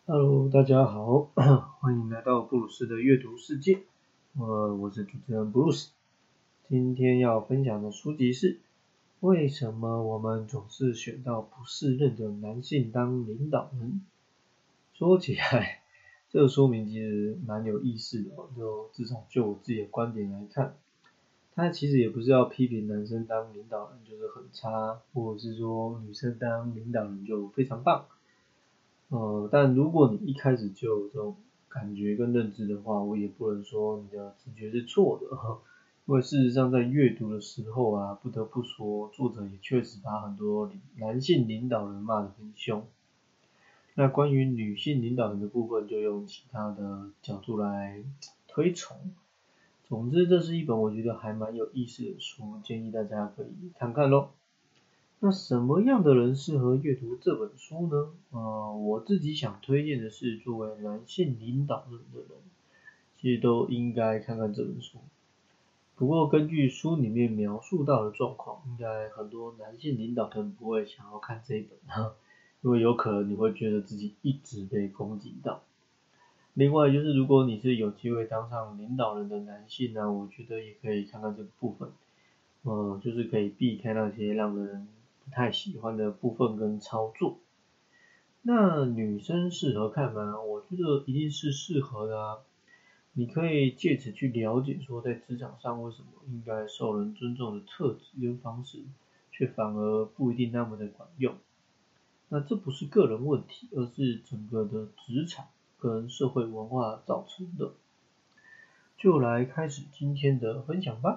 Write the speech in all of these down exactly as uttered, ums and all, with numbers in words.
Hello，大家好，欢迎来到布鲁斯的阅读世界。呃，我是主持人布鲁斯。今天要分享的书籍是为什么我们总是选到不适任的男性当领导人？说起来，这个说明其实蛮有意思的哦，就至少就我自己的观点来看，它其实也不是要批评男生当领导人就是很差，或者是说女生当领导人就非常棒。呃，但如果你一开始就有这种感觉跟认知的话，我也不能说你的直觉是错的，因为事实上在阅读的时候啊，不得不说，作者也确实把很多男性领导人骂得很凶。那关于女性领导人的部分，就用其他的角度来推崇。总之，这是一本我觉得还蛮有意思的书，建议大家可以看看咯。那什么样的人适合阅读这本书呢？呃，我自己想推荐的是，作为男性领导人的人，其实都应该看看这本书。不过根据书里面描述到的状况，应该很多男性领导人不会想要看这一本哈，因为有可能你会觉得自己一直被攻击到。另外就是如果你是有机会当上领导人的男性呢，我觉得也可以看看这个部分。呃，就是可以避开那些让人不太喜欢的部分跟操作。那女生适合看吗？我觉得一定是适合的啊。你可以借此去了解说，在职场上为什么应该受人尊重的特质跟方式，却反而不一定那么的管用。那这不是个人问题，而是整个的职场跟社会文化造成的。就来开始今天的分享吧。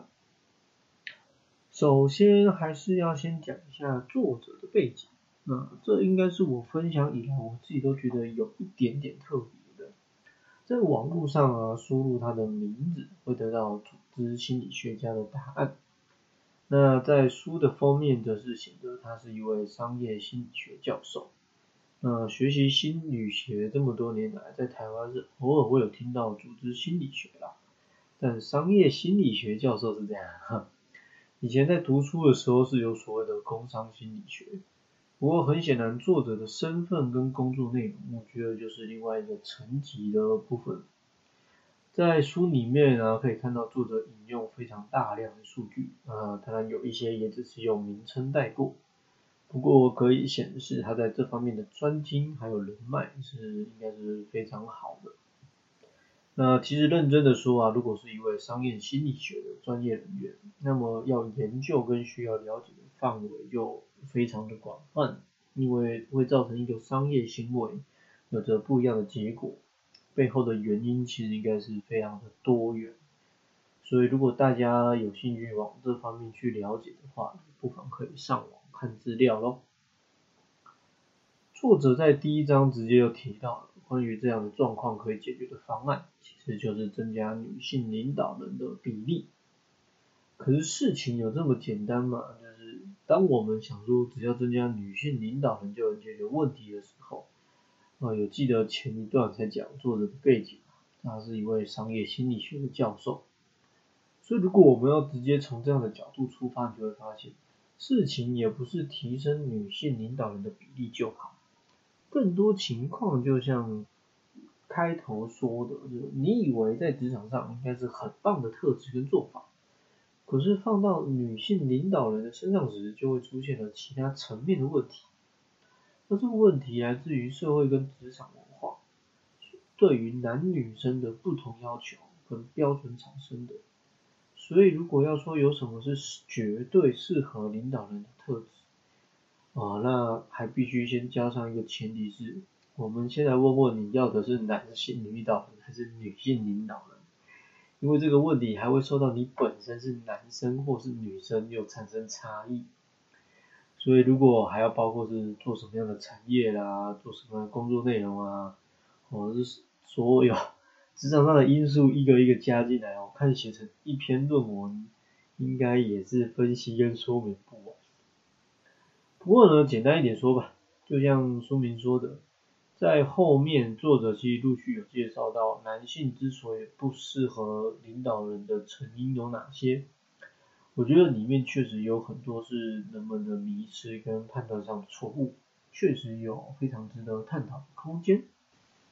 首先还是要先讲一下作者的背景，那这应该是我分享以来我自己都觉得有一点点特别的。在网络上啊，输入他的名字会得到组织心理学家的答案。那在书的封面则是显得他是一位商业心理学教授。那学习心理学这么多年来，在台湾是偶尔会有听到组织心理学啦，但商业心理学教授是这样，哈。以前在读书的时候是有所谓的工商心理学，不过很显然作者的身份跟工作内容，我觉得就是另外一个层级的部分。在书里面呢，可以看到作者引用非常大量的数据，啊，当然有一些也只是用名称带过，不过可以显示他在这方面的专精还有人脉是应该是非常好的。那其实认真的说啊，如果是一位商业心理学的专业人员，那么要研究跟需要了解的范围就非常的广泛，因为会造成一个商业行为有着不一样的结果，背后的原因其实应该是非常的多元。所以如果大家有兴趣往这方面去了解的话，不妨可以上网看资料咯。作者在第一章直接就提到了关于这样的状况可以解决的方案，其实就是增加女性领导人的比例。可是事情有这么简单吗？就是当我们想说只要增加女性领导人就能解决问题的时候，呃，有记得前一段才讲作者的背景，他是一位商业心理学的教授。所以如果我们要直接从这样的角度出发，你就会发现，事情也不是提升女性领导人的比例就好。更多情况就像开头说的，就你以为在职场上应该是很棒的特质跟做法，可是放到女性领导人的身上时，就会出现了其他层面的问题。那这个问题来自于社会跟职场文化对于男女生的不同要求跟标准产生的。所以如果要说有什么是绝对适合领导人的特质，啊，那还必须先加上一个前提是，我们先来问问你要的是男性领导人还是女性领导人，因为这个问题还会受到你本身是男生或是女生有产生差异。所以如果还要包括是做什么样的产业啦，做什么样的工作内容啊，或者是所有职场上的因素一个一个加进来哦，看写成一篇论文，应该也是分析跟说明不完。不过呢，简单一点说吧，就像书名说的，在后面作者其实陆续有介绍到男性之所以不适合领导人的成因有哪些。我觉得里面确实有很多是人们的迷失跟判断上的错误，确实有非常值得探讨的空间。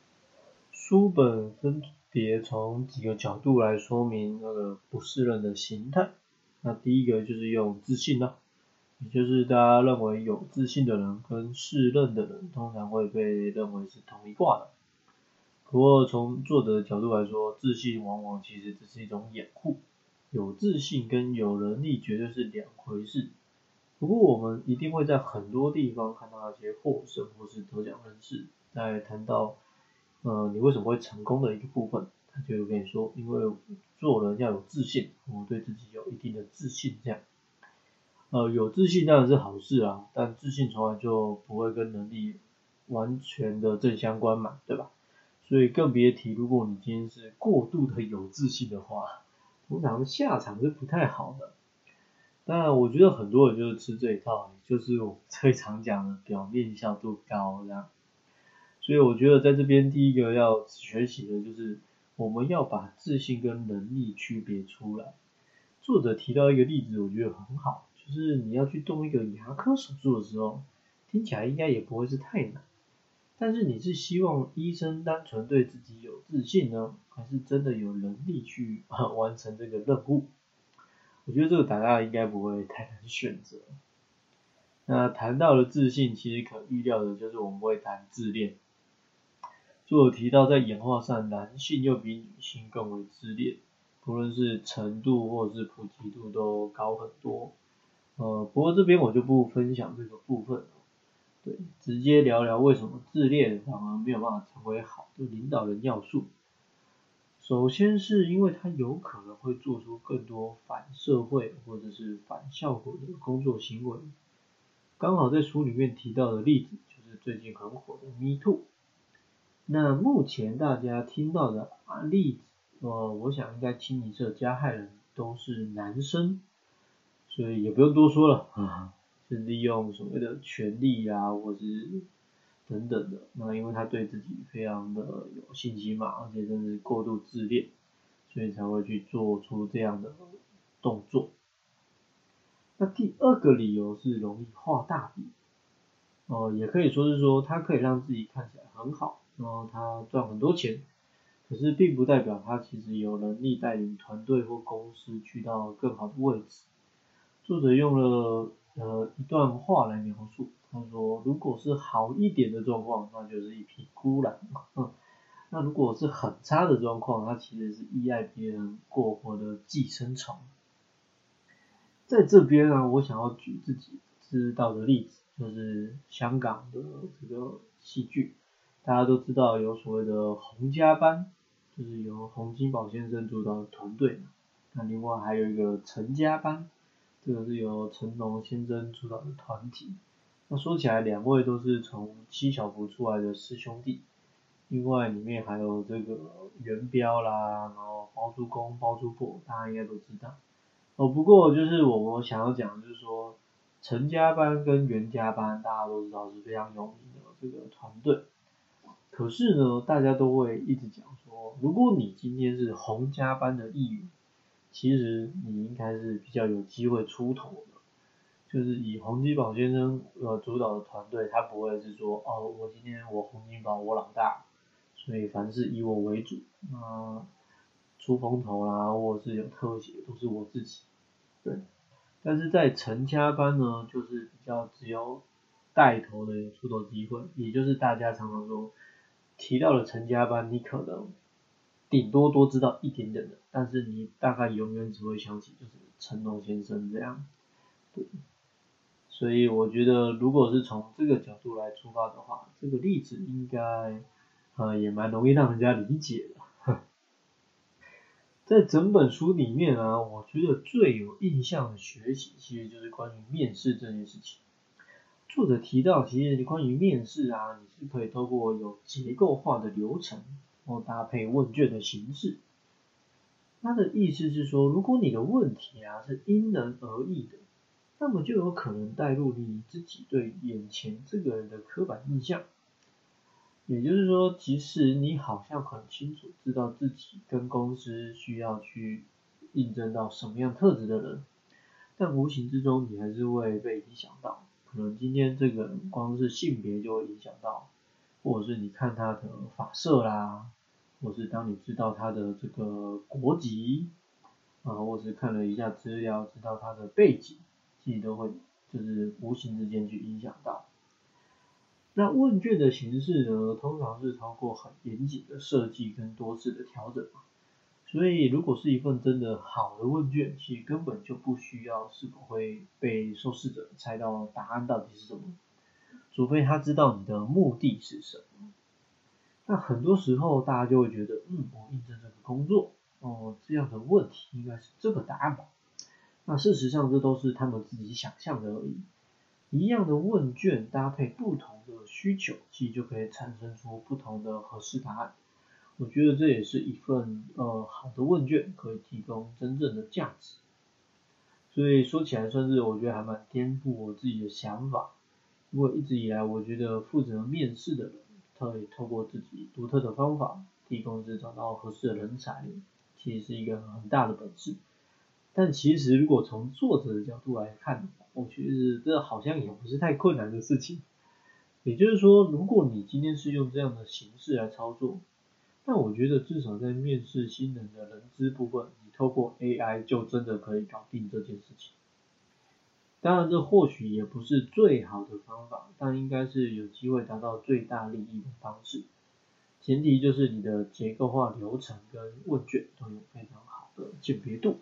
书本分别从几个角度来说明那个不适任的形态。那第一个就是用自信啦，也就是大家认为有自信的人跟适任的人通常会被认为是同一挂的。不过从作者的角度来说，自信往往其实只是一种掩护，有自信跟有能力绝对是两回事。不过我们一定会在很多地方看到那些获胜或是得奖人士，在谈到呃你为什么会成功的一个部分，他就会跟你说，因为做人要有自信，我对自己有一定的自信这样。呃，有自信当然是好事啊，但自信从来就不会跟能力完全的正相关嘛，对吧？所以更别提如果你今天是过度的有自信的话，通常下场是不太好的。当然我觉得很多人就是吃这一套，就是我最常讲的表面效度高这样。所以我觉得在这边第一个要学习的就是我们要把自信跟能力区别出来。作者提到一个例子我觉得很好，就是你要去动一个牙科手术的时候，听起来应该也不会是太难。但是你是希望医生单纯对自己有自信呢，还是真的有能力去完成这个任务？我觉得这个答案应该不会太难选择。那谈到了自信，其实可预料的就是我们会谈自恋。作者提到在演化上，男性又比女性更为自恋，不论是程度或是普及度都高很多。呃，不过这边我就不分享这个部分了。对，直接聊聊为什么自恋反而没有办法成为好的领导人要素。首先是因为他有可能会做出更多反社会或者是反效果的工作行为。刚好在书里面提到的例子就是最近很火的 Me Too。那目前大家听到的例子，呃，我想应该清一色加害人都是男生，所以也不用多说了啊，是利用所谓的权力啊，或是等等的。那因为他对自己非常的有信心嘛，而且真是过度自恋，所以才会去做出这样的动作。那第二个理由是容易画大饼，呃，也可以说是说他可以让自己看起来很好，然后他赚很多钱，可是并不代表他其实有能力带领团队或公司去到更好的位置。作者用了呃一段话来描述，他说如果是好一点的状况，那就是一匹孤狼，嗯，那如果是很差的状况，他其实是依赖别人过活的寄生虫。在这边呢，我想要举自己知道的例子，就是香港的这个戏剧，大家都知道有所谓的洪家班，就是由洪金宝先生主导的团队，那另外还有一个陈家班，这个是由成龙先生主导的团体。那说起来，两位都是从七小福出来的师兄弟，另外里面还有这个元彪啦，然后包租公、包租婆，大家应该都知道。哦，不过就是我我想要讲就是说，陈家班跟袁家班大家都知道是非常有名的这个团队，可是呢，大家都会一直讲说，如果你今天是洪家班的一员，其实你应该是比较有机会出头的。就是以洪金宝先生呃主导的团队，他不会是说哦，我今天我洪金宝我老大，所以凡事以我为主，那、呃、出风头啦，或者是有特写都是我自己，对。但是在陈家班呢，就是比较只有带头的有出头机会，也就是大家常常说提到了陈家班，你可能顶多多知道一点点的，但是你大概永远只会想起就是成龙先生这样，对。所以我觉得，如果是从这个角度来出发的话，这个例子应该呃也蛮容易让人家理解的。在整本书里面啊，我觉得最有印象的学习，其实就是关于面试这件事情。作者提到，其实关于面试啊，你是可以透过有结构化的流程，或搭配问卷的形式。他的意思是说，如果你的问题啊是因人而异的，那么就有可能带入你自己对眼前这个人的刻板印象。也就是说，即使你好像很清楚知道自己跟公司需要去应征到什么样特质的人，但无形之中你还是会被影响到。可能今天这个人光是性别就会影响到，或者是你看他的发色啦， 或是当你知道他的这个国籍啊，或是看了一下资料，知道他的背景，其实都会就是无形之间去影响到。那问卷的形式呢，通常是通过很严谨的设计跟多次的调整嘛。所以如果是一份真的好的问卷，其实根本就不需要是否会被受试者猜到答案到底是什么，除非他知道你的目的是什么。那很多时候大家就会觉得，嗯，我应征这个工作，哦，这样的问题应该是这个答案吧。那事实上这都是他们自己想象的而已。一样的问卷搭配不同的需求，其实就可以产生出不同的合适答案。我觉得这也是一份呃好的问卷可以提供真正的价值。所以说起来算是我觉得还蛮颠覆我自己的想法。因为一直以来我觉得负责面试的人，他可以透过自己独特的方法，提供是找到合适的人才，其实是一个很大的本事。但其实如果从作者的角度来看，我觉得这好像也不是太困难的事情。也就是说，如果你今天是用这样的形式来操作，那我觉得至少在面试新人的人资部分，你透过 A I 就真的可以搞定这件事情。当然这或许也不是最好的方法，但应该是有机会达到最大利益的方式。前提就是你的结构化流程跟问卷都有非常好的鉴别度。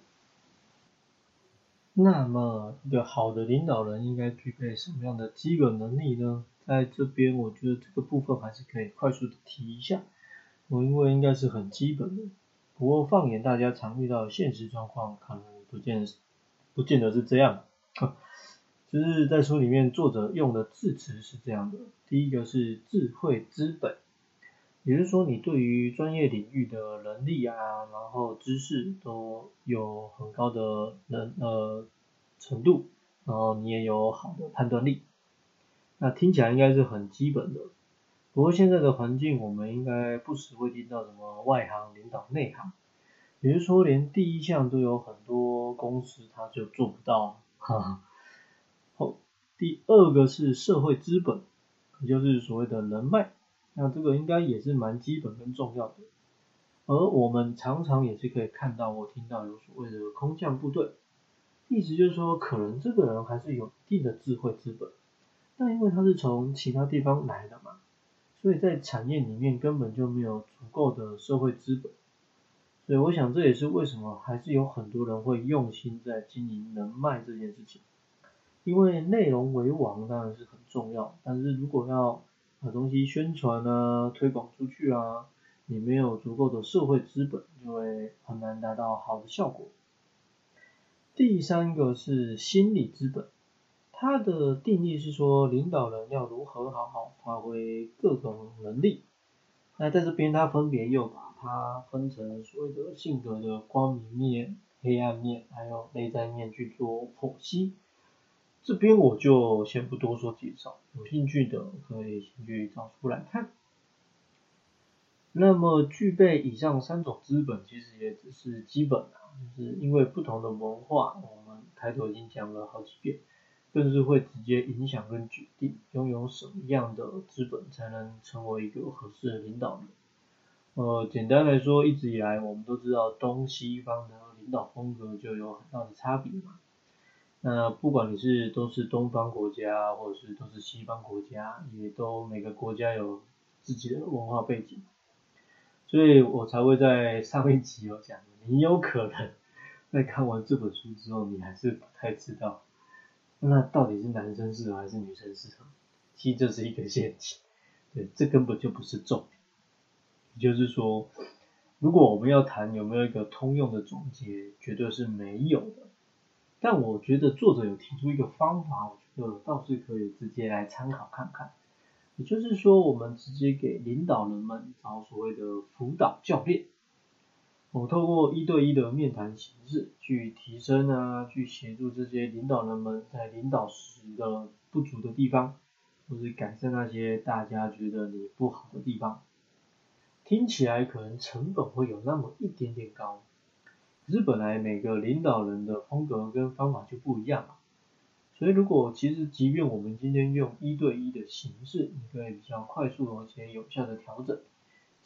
那么一个好的领导人应该具备什么样的基本能力呢？在这边我觉得这个部分还是可以快速的提一下，我因为应该是很基本的。不过放眼大家常遇到的现实状况，可能不见不见得是这样。就是在书里面作者用的字词是这样的，第一个是智慧资本，也就是说你对于专业领域的能力啊，然后知识都有很高的能呃程度，然后你也有好的判断力，那听起来应该是很基本的。不过现在的环境，我们应该不时会听到什么外行领导内行，也就是说连第一项都有很多公司它就做不到，哈哈。好，第二个是社会资本，也就是所谓的人脉。那这个应该也是蛮基本跟重要的，而我们常常也是可以看到或听到有所谓的空降部队，意思就是说可能这个人还是有一定的智慧资本，但因为他是从其他地方来的嘛，所以在产业里面根本就没有足够的社会资本，所以我想这也是为什么还是有很多人会用心在经营人脉这件事情。因为内容为王当然是很重要，但是如果要把东西宣传啊、推广出去啊，你没有足够的社会资本，就会很难达到好的效果。第三个是心理资本，它的定义是说领导人要如何好好发挥各种能力。那在这边它分别又把它分成所谓的性格的光明面、黑暗面，还有内在面去做剖析。这边我就先不多说介绍，有兴趣的可以先去找出来看。那么具备以上三种资本，其实也只是基本啊，就是因为不同的文化，我们开头已经讲了好几遍，更是会直接影响跟决定拥有什么样的资本才能成为一个合适的领导人。呃，简单来说，一直以来我们都知道东西方的领导风格就有很大的差别嘛。那不管你是都是东方国家，或者是都是西方国家，也都每个国家有自己的文化背景，所以我才会在上一集有讲，你有可能在看完这本书之后，你还是不太知道，那到底是男生适合还是女生适合？其实这是一个陷阱，对，这根本就不是重点。也就是说，如果我们要谈有没有一个通用的总结，绝对是没有的。但我觉得作者有提出一个方法，我觉得倒是可以直接来参考看看。也就是说，我们直接给领导人们找所谓的辅导教练，我透过一对一的面谈形式去提升啊，去协助这些领导人们在领导时的不足的地方，或是改善那些大家觉得你不好的地方。听起来可能成本会有那么一点点高，可是本来每个领导人的风格跟方法就不一样嘛，所以如果其实即便我们今天用一对一的形式，你可以比较快速而且有效的调整，其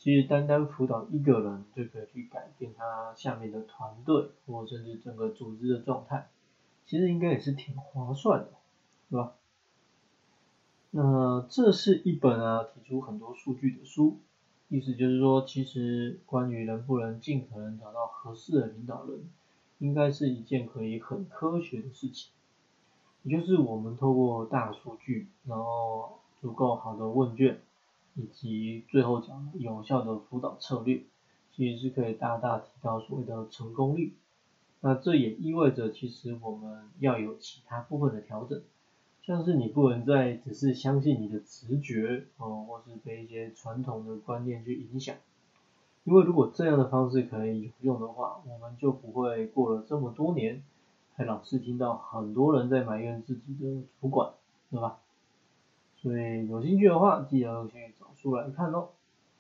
其实单单辅导一个人就可以去改变他下面的团队或甚至整个组织的状态，其实应该也是挺划算的，对吧？那这是一本啊提出很多数据的书，意思就是说，其实关于能不能尽可能找到合适的领导人，应该是一件可以很科学的事情。也就是我们透过大数据，然后足够好的问卷，以及最后讲的有效的辅导策略，其实是可以大大提高所谓的成功率。那这也意味着，其实我们要有其他部分的调整，像是你不能再只是相信你的直觉哦，或是被一些传统的观念去影响。因为如果这样的方式可以有用的话，我们就不会过了这么多年，还老是听到很多人在埋怨自己的主管，对吧？所以有兴趣的话，记得去找书来看哦。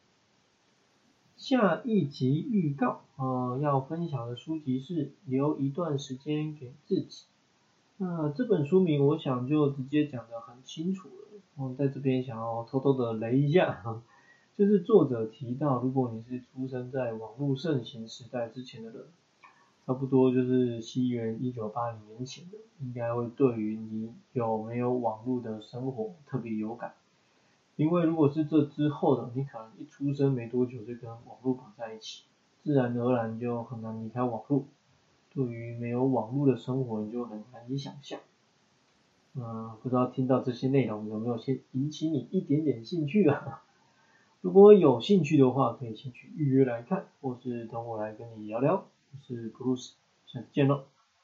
下一集预告，呃，要分享的书籍是留一段时间给自己。那这本书名我想就直接讲得很清楚了，我在这边想要偷偷的雷一下，就是作者提到，如果你是出生在网络盛行时代之前的人，差不多就是西元一九八零年前的，应该会对于你有没有网络的生活特别有感。因为如果是这之后的，你可能一出生没多久就跟网络绑在一起，自然而然就很难离开网络。对于没有网络的生活，你就很难以想象。嗯，不知道听到这些内容有没有先引起你一点点兴趣啊？如果有兴趣的话，可以先去预约来看，或是等我来跟你聊聊。我是 Bruce，下次见喽。